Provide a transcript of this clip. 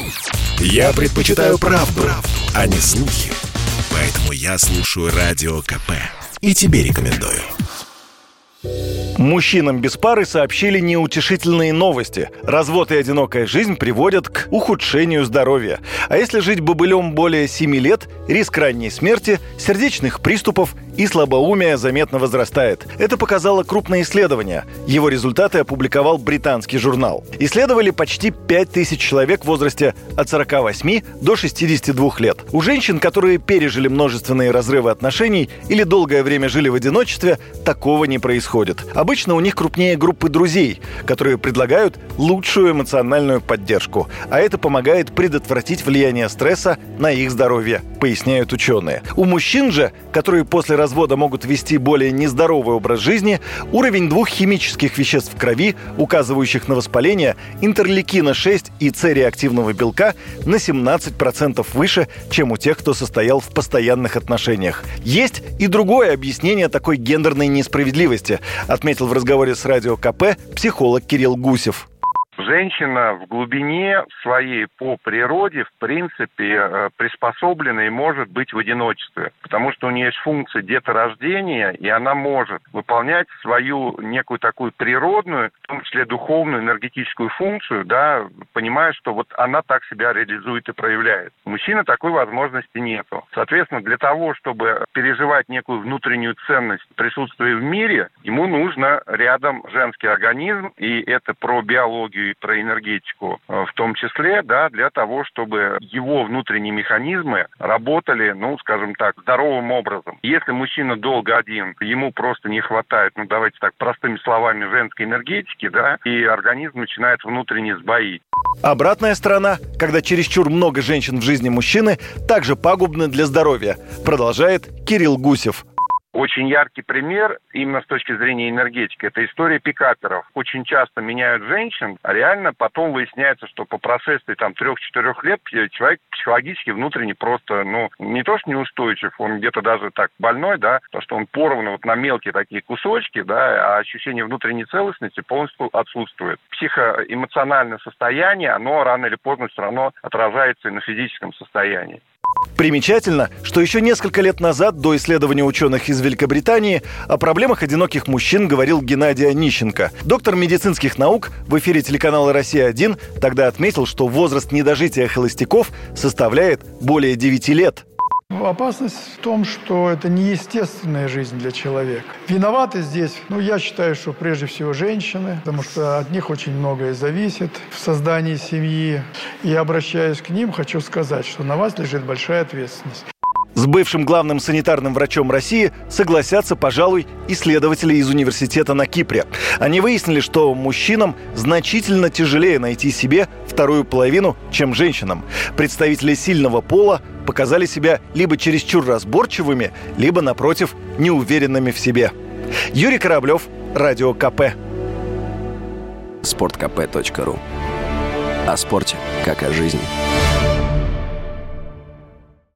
Я предпочитаю правду, а не слухи. Поэтому я слушаю Радио КП. И тебе рекомендую. Мужчинам без пары сообщили неутешительные новости. Развод и одинокая жизнь приводят к ухудшению здоровья. А если жить бобылем более 7 лет, риск ранней смерти, сердечных приступов и слабоумия заметно возрастает. Это показало крупное исследование. Его результаты опубликовал британский журнал. Исследовали почти 5000 человек в возрасте от 48 до 62 лет. У женщин, которые пережили множественные разрывы отношений или долгое время жили в одиночестве, такого не происходит. Обычно у них крупнее группы друзей, которые предлагают лучшую эмоциональную поддержку. А это помогает предотвратить влияние стресса на их здоровье, поясняют ученые. У мужчин же, которые после развода могут вести более нездоровый образ жизни, уровень двух химических веществ в крови, указывающих на воспаление, интерлейкина-6 и С-реактивного белка, на 17% выше, чем у тех, кто состоял в постоянных отношениях. Есть и другое объяснение такой гендерной несправедливости, отметил в разговоре с Радио КП психолог Кирилл Гусев. Женщина в глубине своей по природе, в принципе, приспособлена и может быть в одиночестве. Потому что у нее есть функция деторождения, и она может выполнять свою некую такую природную, в том числе духовную, энергетическую функцию, да, понимая, что вот она так себя реализует и проявляет. У мужчины такой возможности нету. Соответственно, для того, чтобы переживать некую внутреннюю ценность присутствия в мире, ему нужно рядом женский организм, и это про биологию и про энергетику в том числе, да, для того, чтобы его внутренние механизмы работали, ну, скажем так, здоровым образом. Если мужчина долго один, ему просто не хватает, ну, давайте так, простыми словами, женской энергетики, да, и организм начинает внутренне сбоить. Обратная сторона, когда чересчур много женщин в жизни мужчины, также пагубна для здоровья, продолжает Кирилл Гусев. Очень яркий пример именно с точки зрения энергетики – это история пикаперов. Очень часто меняют женщин, а реально потом выясняется, что по прошествии 3-4 лет человек психологически внутренне просто, не то что неустойчив, он где-то даже так больной, да, потому что он порван вот на мелкие такие кусочки, да, а ощущение внутренней целостности полностью отсутствует. Психоэмоциональное состояние, оно рано или поздно все равно отражается и на физическом состоянии. Примечательно, что еще несколько лет назад, до исследования ученых из Великобритании, о проблемах одиноких мужчин говорил Геннадий Онищенко. Доктор медицинских наук в эфире телеканала «Россия-1» тогда отметил, что возраст недожития холостяков составляет более 9 лет. Опасность в том, что это неестественная жизнь для человека. Виноваты здесь, я считаю, что прежде всего женщины, потому что от них очень многое зависит в создании семьи. И обращаясь к ним, хочу сказать, что на вас лежит большая ответственность. С бывшим главным санитарным врачом России согласятся, пожалуй, исследователи из университета на Кипре. Они выяснили, что мужчинам значительно тяжелее найти себе вторую половину, чем женщинам. Представители сильного пола показали себя либо чересчур разборчивыми, либо, напротив, неуверенными в себе. Юрий Кораблев, Радио КП. Sportkp.ru. О спорте, как о жизни.